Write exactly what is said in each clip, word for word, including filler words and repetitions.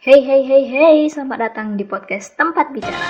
Hey hey hey hey, selamat datang di podcast Tempat Bicara.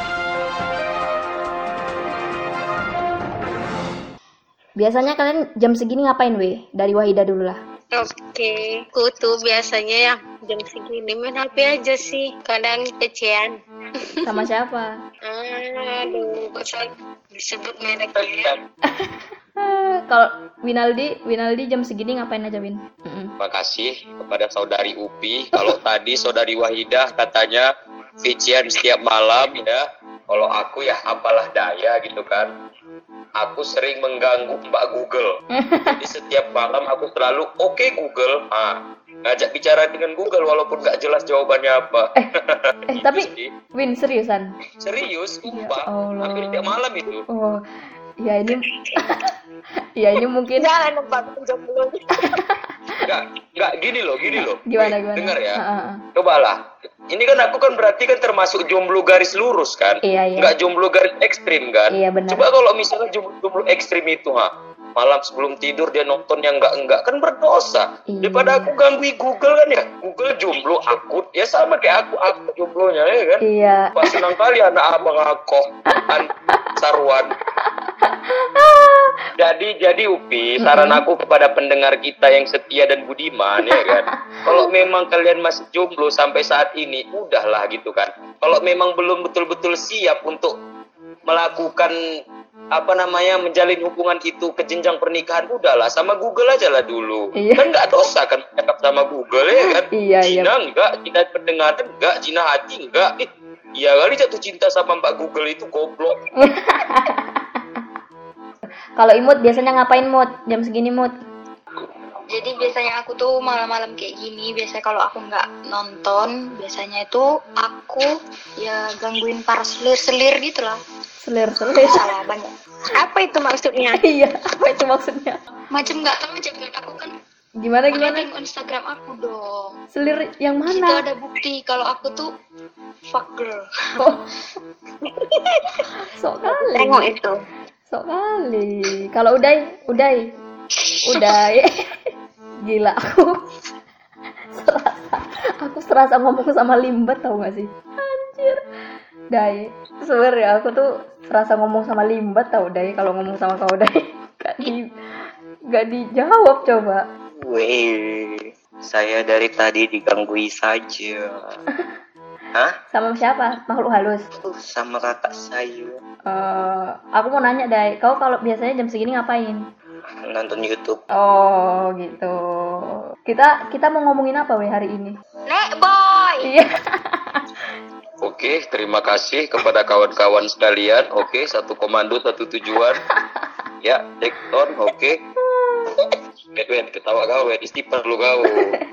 Biasanya kalian jam segini ngapain weh? Dari Wahida dulu lah. Oke, aku tuh biasanya ya jam segini main H P aja sih. Kadang pecean. Sama siapa? Aduh, kok saya disebut merek ya. Kalau Winaldi, Winaldi jam segini ngapain aja Win? Mm-mm. Terima kasih kepada saudari Upi. Kalau tadi saudari Wahidah katanya vician setiap malam ya. Kalau aku ya apalah daya gitu kan. Aku sering mengganggu Mbak Google. Jadi setiap malam aku selalu oke okay, Google. Ah, ngajak bicara dengan Google walaupun nggak jelas jawabannya apa. Eh, eh tapi Win seriusan? Serius, sumpah. Ya Allah. Hampir tiap malam itu. Oh, ya ini, ya ini mungkin. Jangan lupa jomblo. Enggak, enggak gini loh, gini loh. Gimana gimana? Dengar ya. Uh-uh. Cobalah. Ini kan aku kan berarti kan termasuk jomblo garis lurus kan? Iya, iya. Enggak jomblo garis ekstrim kan? Iya, benar. Coba kalau misalnya jomblo, jomblo ekstrim itu ha, malam sebelum tidur dia nonton yang enggak-enggak kan berdosa. Iya. Daripada aku ganggu Google kan ya. Google jomblo akut ya sama kayak aku aku jomblonya ya kan? Iya. Pas senang kali anak abang aku an Sarwan. Jadi jadi Upi, saran aku kepada pendengar kita yang setia dan budiman ya kan. Kalau memang kalian masih jomblo sampai saat ini, udahlah gitu kan. Kalau memang belum betul-betul siap untuk melakukan apa namanya menjalin hubungan itu ke jenjang pernikahan, udahlah sama Google aja lah dulu. Iya. Kan nggak dosa kan cakap sama Google ya kan. Iya, iya. Cina enggak, Cina pendengaran enggak, Cina hati enggak. Eh, iya kali jatuh cinta sama Mbak Google itu goblok. Kalau Imut biasanya ngapain Mut? Jam segini Mut? Jadi biasanya aku tuh malam-malam kayak gini, biasanya kalau aku nggak nonton, biasanya itu aku ya gangguin para selir-selir gitu lah. Selir-selir. Salah banyak. Apa itu maksudnya? Iya, apa itu maksudnya? Macam nggak tahu jangan aku kan. Gimana gimana? Tengok Instagram aku dong. Selir yang Itu mana? ada bukti kalau aku tuh fuck girl. Oh. Sok kali. Tengok itu. Sok kali. Kalau Uday, Uday, Uday. Gila aku. Serasa, aku serasa ngomong sama limbat tau gak sih? Anjir. Day, sebenernya aku tuh serasa ngomong sama limbat tau Day kalau ngomong sama kau Day. Gak di, gak dijawab coba. Weh, saya dari tadi diganggui saja. Hah? Sama siapa? Makhluk halus. Uh, sama kakak saya. Uh, aku mau nanya Day, kau kalau biasanya jam segini ngapain? Nonton YouTube. Oh gitu. Kita kita mau ngomongin apa weh hari ini? Nek boy. Iya. Oke, terima kasih kepada kawan-kawan sekalian. Oke, satu komando, satu tujuan. Ya, take on. Oke. Wait, wait, ketawa kau, wait, istighfar lu kau.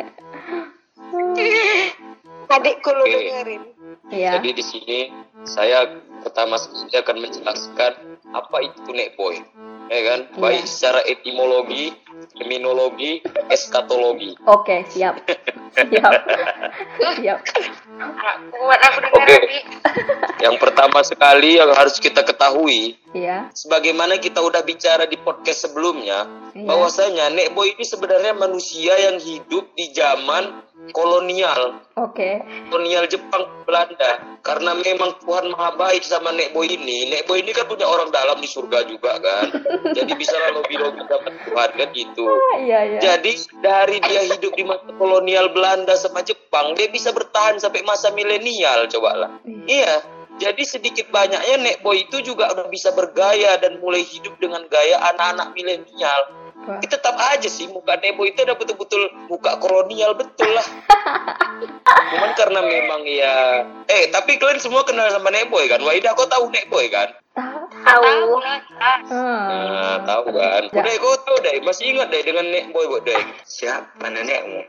Adikku lu Oke. dengerin. Iya. Jadi di sini saya pertama sekali akan menjelaskan apa itu netboy, ya kan? Iya. Baik secara etimologi, terminologi, eskatologi. Oke, siap. Siap. Siap. Buat aku Oke. dengerin. Yang pertama sekali yang harus kita ketahui, Iya. sebagaimana kita udah bicara di podcast sebelumnya, Iya. bahwasanya netboy ini sebenarnya manusia yang hidup di zaman kolonial. Oke. kolonial Jepang Belanda, karena memang Tuhan maha baik sama Nekboy ini. Nekboy ini kan punya orang dalam di surga juga kan, jadi bisa lobby-lobby dapat Tuhan kan gitu. Ah, iya iya. Jadi dari dia hidup di masa kolonial Belanda sama Jepang, dia bisa bertahan sampai masa milenial, cobalah. Iya, jadi sedikit banyaknya Nekboy itu juga udah bisa bergaya dan mulai hidup dengan gaya anak-anak milenial. Wah. Tapi tetap aja sih muka Nekboy itu ada betul-betul muka kolonial betul lah. Cuman karena memang ya, eh tapi kalian semua kenal sama Nekboy kan? Wahida kau tahu Nekboy kan? Tahu. Tahu lah. Hmm. Nah, tahu kan? Ya. Udah kau tahu deh, masih ingat deh dengan Nekboy buat deh. Siapa nenekmu?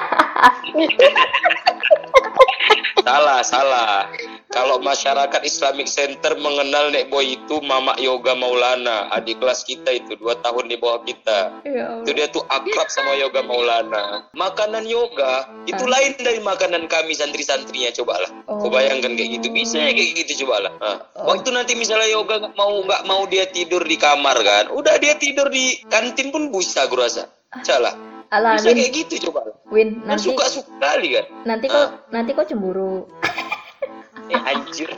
Salah, salah. Kalau masyarakat Islamic Center mengenal Nekboy itu Mama Yoga Maulana, adik kelas kita itu dua tahun di bawah kita. Ya Itu Allah. dia tuh akrab sama Yoga Maulana. Makanan yoga itu Ah. lain dari makanan kami santri-santrinya, cobalah. Oh. Kau bayangkan kayak gitu, bisa ya kayak gitu, cobalah. Nah, Oh. waktu nanti misalnya yoga nggak mau nggak mau dia tidur di kamar kan, udah dia tidur di kantin pun bisa, gue rasa. Salah. Alah, Bisa Win, kayak gitu coba. Win, Kan nanti suka-suka kali kan. nanti kok nanti kok cemburu. Eh anjir.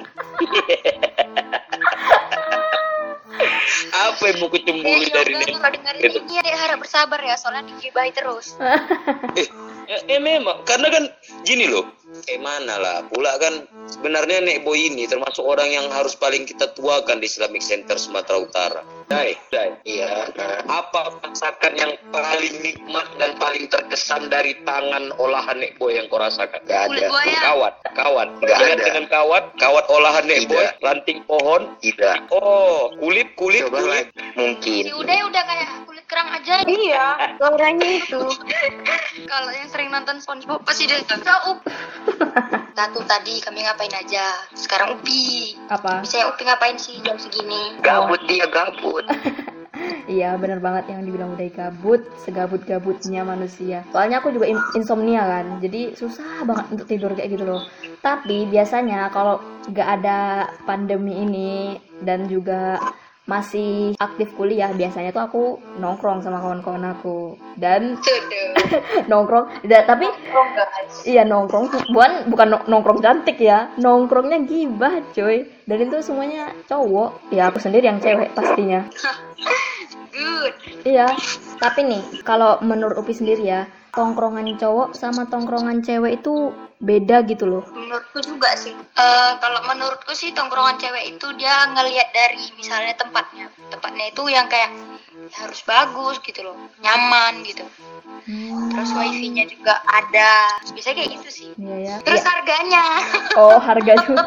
Apa yang mau Eh, kecemburu dari Yoga nih? kalau dengerin Gitu. ini ya harap bersabar ya, soalnya digibahi terus. Eh, eh, eh memang karena kan gini loh, kayak mana lah pula kan sebenarnya Nek Boy ini termasuk orang yang harus paling kita tuakan di Islamic Center Sumatera Utara. Dai, Dai. Iya. Apa masakan yang paling nikmat dan paling terkesan dari tangan olahan Nek Boy yang kau rasakan? Gak Kulit buaya. Kawat, kawat. Nggak Ingat ada. dengan kawat, kawat olahan Nek Tidak. Boy, ranting pohon. Tidak. Oh, kulit, kulit, Coba kulit. lagi. Mungkin. Si Uday udah kayak kulit kerang aja. Iya, suaranya itu. Kalau yang sering nonton SpongeBob pasti dia tahu. Satu tadi kami ngapain aja. Sekarang Upi. Apa? Bisa Upi ngapain sih jam segini? Gabut dia gabut. Iya, bener banget yang dibilang udah gabut, segabut-gabutnya manusia. Soalnya aku juga in- insomnia kan, jadi susah banget untuk tidur kayak gitu loh. Tapi biasanya kalau nggak ada pandemi ini dan juga masih aktif kuliah, biasanya tuh aku nongkrong sama kawan-kawan aku dan Tuduh. nongkrong. Da- tapi Oh guys. iya nongkrong, bukan bukan no- nongkrong cantik ya, nongkrongnya gibah coy. Dan itu semuanya cowok. Ya aku sendiri yang cewek pastinya. Good. Iya, tapi nih, kalau menurut Upi sendiri ya, tongkrongan cowok sama tongkrongan cewek itu beda gitu loh. Menurutku juga sih. Eh, kalau menurutku sih tongkrongan cewek itu dia ngelihat dari misalnya tempatnya. Tempatnya itu yang kayak ya harus bagus gitu loh, nyaman gitu. Terus wifi-nya juga ada. Biasanya kayak gitu sih. Iya ya. Terus Iya. harganya. Oh, harga juga.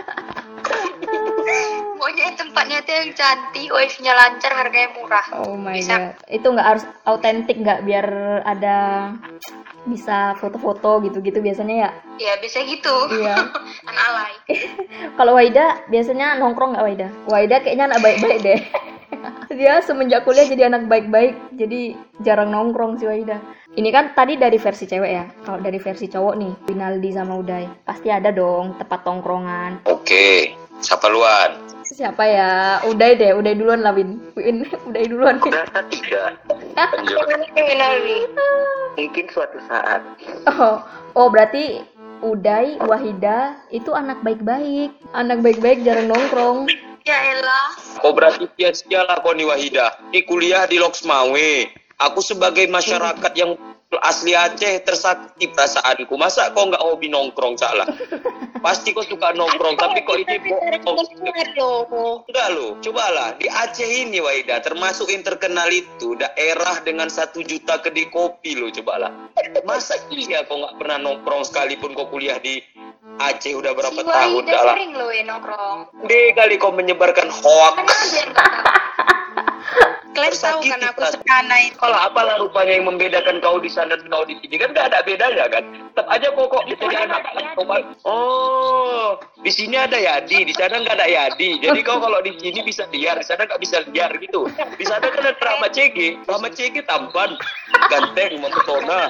Pokoknya tempatnya tuh yang cantik, wifi-nya lancar, harganya murah. Oh my Bisa. god. Itu nggak harus autentik nggak biar ada bisa foto-foto gitu-gitu biasanya ya. Ya biasa gitu. Iya. Anak alay. Kalau Waida biasanya nongkrong nggak Waida? Waida kayaknya anak baik-baik deh. Dia semenjak kuliah jadi anak baik-baik, jadi jarang nongkrong si Waida. Ini kan tadi dari versi cewek ya. Kalau dari versi cowok nih, Winaldi sama Uday, pasti ada dong tempat tongkrongan. Oke, siapa luan? Siapa ya? Uday deh, Uday duluan lah Win. Win, Uday duluan. Win. Rasa tidak. Lanjut. Mungkin suatu saat. Oh, oh berarti Uday, Wahida itu anak baik-baik. Anak baik-baik jarang nongkrong. Ya elah. Kau berarti sia-sia lah kau nih Wahida. Ini kuliah di Loksmawe. Aku sebagai masyarakat yang asli Aceh tersakiti perasaanku. Masa kau nggak hobi nongkrong salah? Pasti kau suka nongkrong, tapi kok ini bohong. Enggak loh, cobalah di Aceh ini Wahida termasuk yang terkenal itu daerah dengan satu juta kedai kopi loh, cobalah. Masa iya kau nggak pernah nongkrong sekalipun kau kuliah di Aceh udah berapa Si tahun Wahida dah lah. sering loh ya nongkrong. Deh kali kau menyebarkan hoax. Kan aja yang nggak tahu. Kalian tahu kan Tersakiti aku perasaan. sekana itu. Kalau apalah rupanya yang membedakan kau di sana dan kau di sini kan gak ada bedanya kan. Tetap aja kok kok jadi anak sopan. Oh, di sini ada Yadi, di sana nggak ada Yadi. Jadi kau kalau di sini bisa liar, di sana nggak bisa liar gitu. Di sana kan ada Rahmat C G, Rahmat C G tampan, ganteng, mempesona.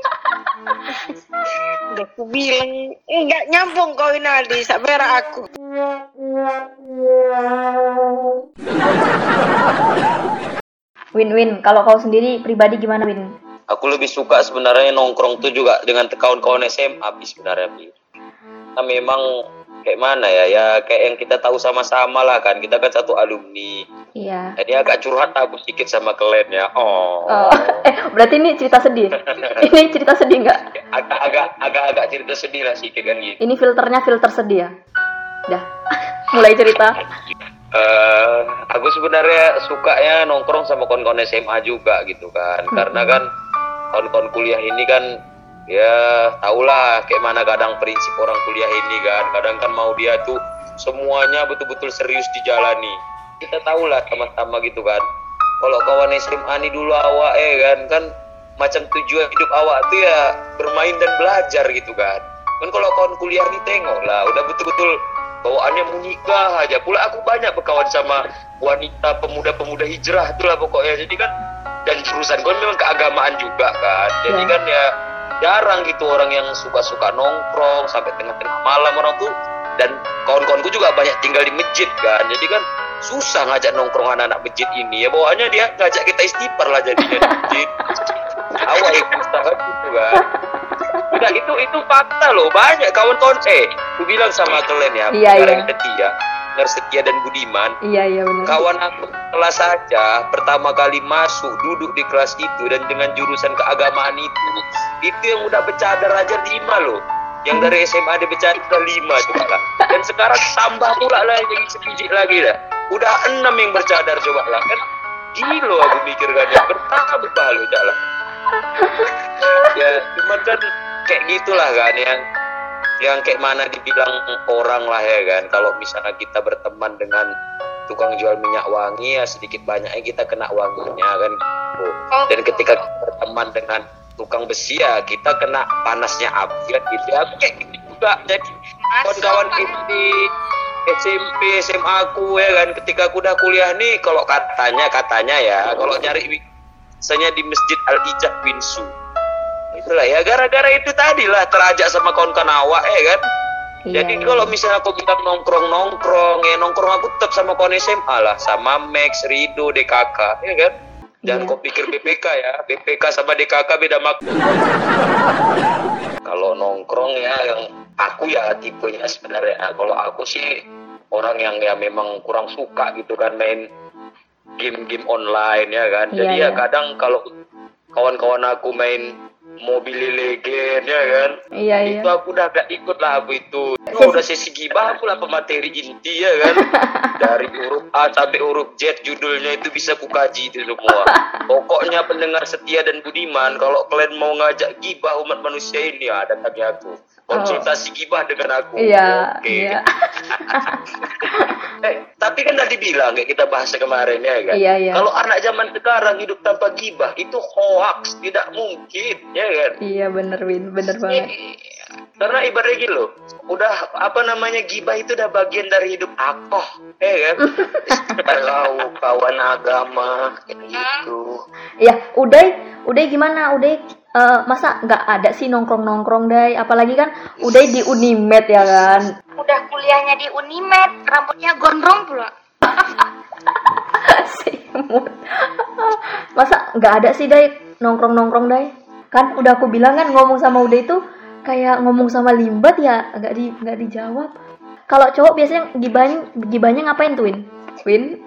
Udah aku bilang enggak nyambung kau Winaldi, sak berak aku. Win, Win, kalau kau sendiri pribadi gimana Win? Aku lebih suka sebenarnya nongkrong tuh juga dengan kawan-kawan S M A sebenarnya. Bi. Nah, memang kayak mana ya, ya kayak yang kita tahu sama-sama lah kan, kita kan satu alumni. Iya. Jadi agak curhat aku sedikit sama kalian ya. Oh. Oh, eh berarti ini cerita sedih. Ini cerita sedih nggak? Agak-agak agak-agak cerita sedih lah sedikit kan gitu. Ini filternya filter sedih ya? Dah, mulai cerita. Eh, aku sebenarnya sukanya nongkrong sama kawan-kawan S M A juga gitu kan. Karena kan kawan-kawan kuliah ini kan ya tahulah kayak mana kadang prinsip orang kuliah ini kan. Kadang kan mau dia tuh semuanya betul-betul serius dijalani. Kita tahulah sama-sama gitu kan. Kalau kawan S M A nih dulu awak eh kan kan macam tujuan hidup awak tuh ya bermain dan belajar gitu kan. Kan kalau kawan kuliah nih tengok lah udah betul-betul bawaannya mau nikah aja. Pula aku banyak berkawan sama wanita pemuda-pemuda hijrah tuh lah pokoknya. Jadi kan dan jurusan gue memang keagamaan juga kan. Jadi Ya. kan ya jarang gitu orang yang suka-suka nongkrong sampai tengah-tengah malam orang tuh. Dan kawan-kawanku juga banyak tinggal di masjid kan. Jadi kan susah ngajak nongkrong anak-anak masjid ini. Ya bawaannya dia ngajak kita istighfar lah jadinya di masjid. awal usaha gitu kan. Enggak, itu itu fakta loh, banyak kawan-kawan eh aku bilang sama kalian ya, Iya, pendengar iya. yang setia, pendengar setia dan budiman. Iya iya benar. Kawan aku kelas saja pertama kali masuk duduk di kelas itu dan dengan jurusan keagamaan itu, itu yang udah bercadar aja lima loh. Yang dari S M A dia bercadar udah lima coba lah. Dan sekarang tambah pula lah jadi sebiji lagi dah. Udah enam yang bercadar coba lah kan. Gila aku mikirkan ya, bertambah loh dah lah. Ya cuman kan kayak gitulah kan yang yang kayak mana dibilang orang lah ya kan, kalau misalnya kita berteman dengan tukang jual minyak wangi ya sedikit banyaknya kita kena wanginya kan gitu. Dan ketika kita berteman dengan tukang besi ya kita kena panasnya api kan gitu ya, kayak gitu juga. Jadi kawan-kawan itu di S M P S M A aku ya kan, ketika aku udah kuliah nih, kalau katanya katanya ya kalau nyari misalnya di Masjid Al-Ijah Winsu itulah ya, gara-gara itu tadi lah terajak sama kawan-kawan awak ya kan. Iya, Jadi iya. kalau misalnya aku bilang nongkrong-nongkrong ya nongkrong aku tetap sama kawan S M A lah, sama Max, Rido, D K K ya kan. Jangan Iya. kau pikir B P K ya, B P K sama D K K beda makna. Kalau nongkrong ya yang aku ya tipenya sebenarnya, kalau aku sih orang yang ya memang kurang suka gitu kan main game-game online ya kan. Iya, Jadi iya. ya kadang kalau kawan-kawan aku main Mobile Legend ya kan, Iya iya. itu aku udah gak ikut lah aku itu. Itu udah sesi gibah aku lah pemateri inti ya kan. Dari huruf A sampai huruf Z judulnya itu bisa kukaji itu semua. Pokoknya pendengar setia dan budiman, kalau kalian mau ngajak gibah umat manusia ini ya datangi aku. Konsultasi gibah dengan aku. Iya Oke. iya. Eh, tapi kan tadi bilang kayak kita bahas kemarin ya kan. Iya, iya. Kalau anak zaman sekarang hidup tanpa gibah itu hoax, tidak mungkin ya kan. Iya bener Win, bener banget. Karena ibaratnya gitu loh, udah apa namanya gibah itu udah bagian dari hidup aku, ya kan? Kalau kawan agama kayak gitu. Ya, Uday, Uday gimana? Uday eh, masa nggak ada sih nongkrong-nongkrong, Day? Apalagi kan Uday di Unimed ya kan? Udah kuliahnya di Unimed, rambutnya gondrong pula. Simut. Masa nggak ada sih, Day, nongkrong-nongkrong, Day? Kan udah aku bilang kan ngomong sama Uday itu kayak ngomong sama limbat ya, nggak di nggak dijawab. Kalau cowok biasanya gibahnya gibahnya ngapain tuh, Win? Win?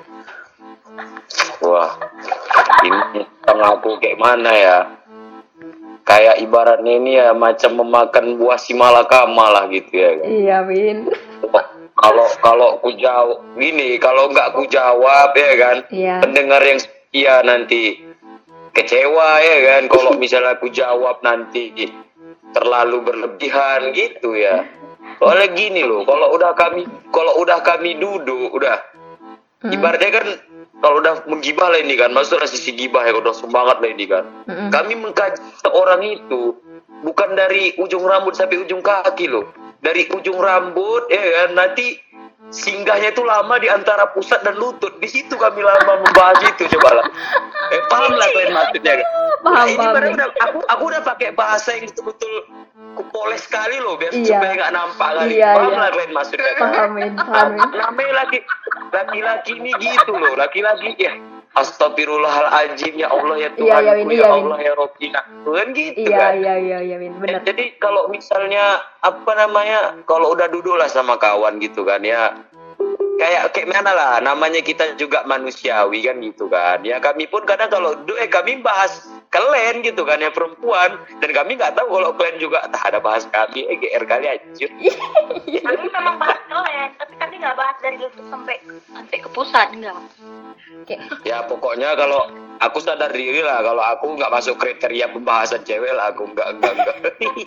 Wah, ini tengah aku kayak mana ya? Kayak ibaratnya ini ya macam memakan buah si malakama lah gitu ya kan? Iya, Win. Kalau kalau aku jawab gini, kalau nggak aku jawab ya kan, Iya. pendengar yang setia nanti kecewa ya kan. Kalau misalnya aku jawab nanti terlalu berlebihan gitu ya. Soalnya gini loh, kalau udah kami kalau udah kami duduk udah Mm. ibaratnya kan kalau udah menggibah lah ini kan, maksudnya sisi gibah ya udah semangat lah ini kan. Mm-mm. Kami mengkaji seorang itu bukan dari ujung rambut sampai ujung kaki loh. Dari ujung rambut ya kan, nanti singgahnya itu lama di antara pusat dan lutut. Di situ kami lama membahas itu, coba lah. Eh, paham lah kalian maksudnya kan? Paham, Nah, ini paham, baru nih. udah, aku aku udah pakai bahasa yang betul-betul kupoles sekali loh, biar Iya. supaya nggak nampak lagi. Iya, Paham iya. lah kalian maksudnya kan? Paham, Win. Paham, Win. Namanya laki laki-laki ini gitu loh, laki-laki ya. Astagfirullahaladzim ya Allah ya Tuhan, Iya, iya, Win, ya iya, Win. Allah ya Robbina, kan gitu Iya kan. iya iya iya, Win. Bener. Eh, Jadi kalau misalnya apa namanya, kalau udah duduk lah sama kawan gitu kan ya, kayak kayak mana lah, namanya kita juga manusiawi kan gitu kan. Ya kami pun kadang kalau duduk eh kami bahas kalian gitu kan ya perempuan, dan kami nggak tahu kalau kalian juga tak ada bahas kami, eh G R kali aja. Kami memang bahas kalian, tapi kami nggak bahas dari lutut sampai sampai ke pusat, enggak. Oke. Ya pokoknya kalau aku sadar diri lah, kalau aku nggak masuk kriteria pembahasan cewek lah, aku nggak nggak nggak.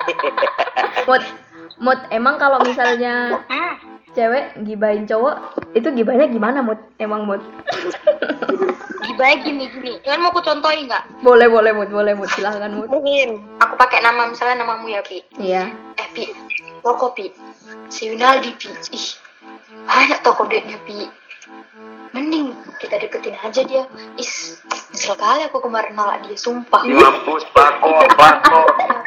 Mut, Mut, emang kalau misalnya cewek gibahin cowok, itu gibahnya gimana, Mut? Emang, Mut? Gibahnya gini gini. Jangan mau aku contohin nggak? Boleh, boleh, Mut. Boleh, Mut. Silahkan, Mut. Mungkin. Aku pakai nama misalnya namamu ya, Pi. Iya. Eh, Pi. Toko, Pi. Si Winaldi, Pi. Ih, banyak toko duitnya, Pi. Mending kita deketin aja dia. Is, nyesel kali aku kemarin nolak dia, sumpah. Mampus bako bako.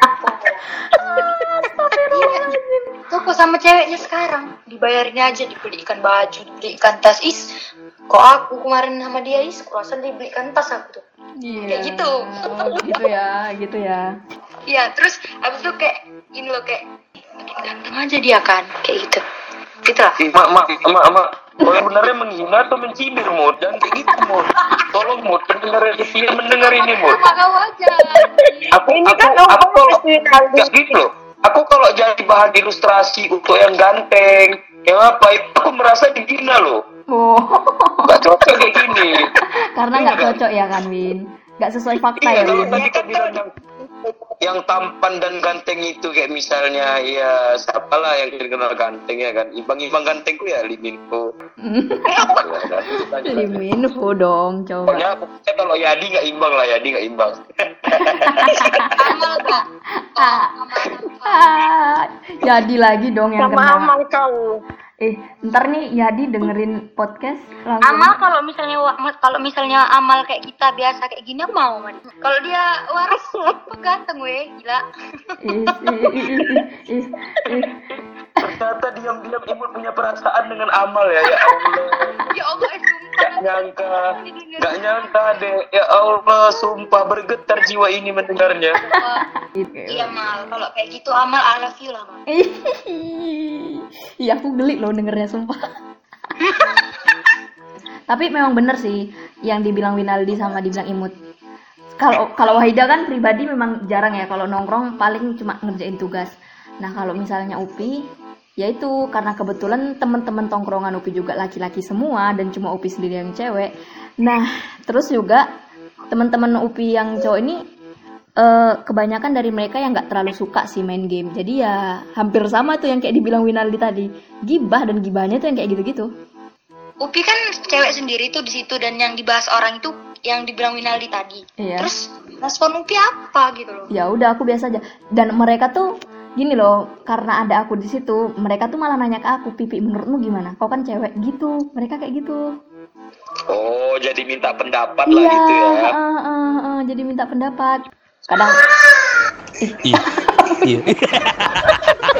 Toko sama ceweknya sekarang dibayarin aja, dibelikan baju, dibelikan tas. Is, kok aku kemarin sama dia is, kurasan dibelikan tas aku tuh. Iya. Kayak gitu. Oh, gitu ya, gitu ya. Iya, terus abis itu kayak ini loh kayak makin ganteng aja dia kan, kayak gitu. Gitu lah. Ih, mak, mak, mak, mak. Kalau sebenarnya menghina atau mencibir, Mut? Jangan kayak gitu, Mut. Tolong, Mut. Pendengar yang mendengar ini, Mut. Sama kau aja. Aku, Ini aku, kan aku ngomong kalau pasti Aldi. nggak gitu loh. Aku kalau jadi bahan ilustrasi untuk yang ganteng, yang apa itu aku merasa dihina loh. Oh. Nggak cocok kayak gini. Karena Iya nggak kan? cocok ya kan, Win? Nggak sesuai fakta Iya, ya, kalau Win? tadi kan bilang yang yang tampan dan ganteng itu kayak misalnya ya siapa lah yang dikenal ganteng ya kan, imbang-imbang gantengku ya Liminfo. Ya, kan? Liminfo dong, coba. Pokoknya pokoknya kalau Yadi nggak imbang lah, Yadi nggak imbang. Amal kak. Ah, ah, jadi lagi dong yang Sama kena. amal kau. Eh, ntar nih Yadi dengerin podcast langsung. Amal kalau misalnya wa- kalau misalnya Amal kayak kita biasa kayak gini aku mau man. Kalau dia waras apa ganteng weh, gila. Ih, ih, ih, ih, ih, ih. Ternyata diam-diam Imut punya perasaan dengan Amal ya, ya Allah. Ya Allah, eh, sumpah. Gak nyangka, gak nyangka deh. Ya Allah, sumpah bergetar jiwa ini mendengarnya. Iya Mal, kalau kayak gitu Amal I love you lah Mal. Iya, aku geli loh dengernya sumpah. Tapi memang bener sih yang dibilang Winaldi sama dibilang Imut. Kalau kalau Wahida kan pribadi memang jarang ya, kalau nongkrong paling cuma ngerjain tugas. Nah, kalau misalnya Upi, ya itu karena kebetulan teman-teman tongkrongan Upi juga laki-laki semua dan cuma Upi sendiri yang cewek. Nah, terus juga teman-teman Upi yang cowok ini eh, kebanyakan dari mereka yang nggak terlalu suka sih main game. Jadi ya hampir sama tuh yang kayak dibilang Winaldi tadi. Gibah dan gibahnya tuh yang kayak gitu-gitu. Upi kan cewek sendiri tuh di situ dan yang dibahas orang itu yang dibilang Winaldi tadi. Iya. Terus respon Upi apa gitu loh? Ya udah aku biasa aja. Dan mereka tuh gini loh, karena ada aku di situ, mereka tuh malah nanya ke aku, Pipi menurutmu gimana? Kau kan cewek gitu. Mereka kayak gitu. Oh, jadi minta pendapat lah Iya, gitu ya. uh, uh, uh, jadi minta pendapat. Kadang Iya. Iya.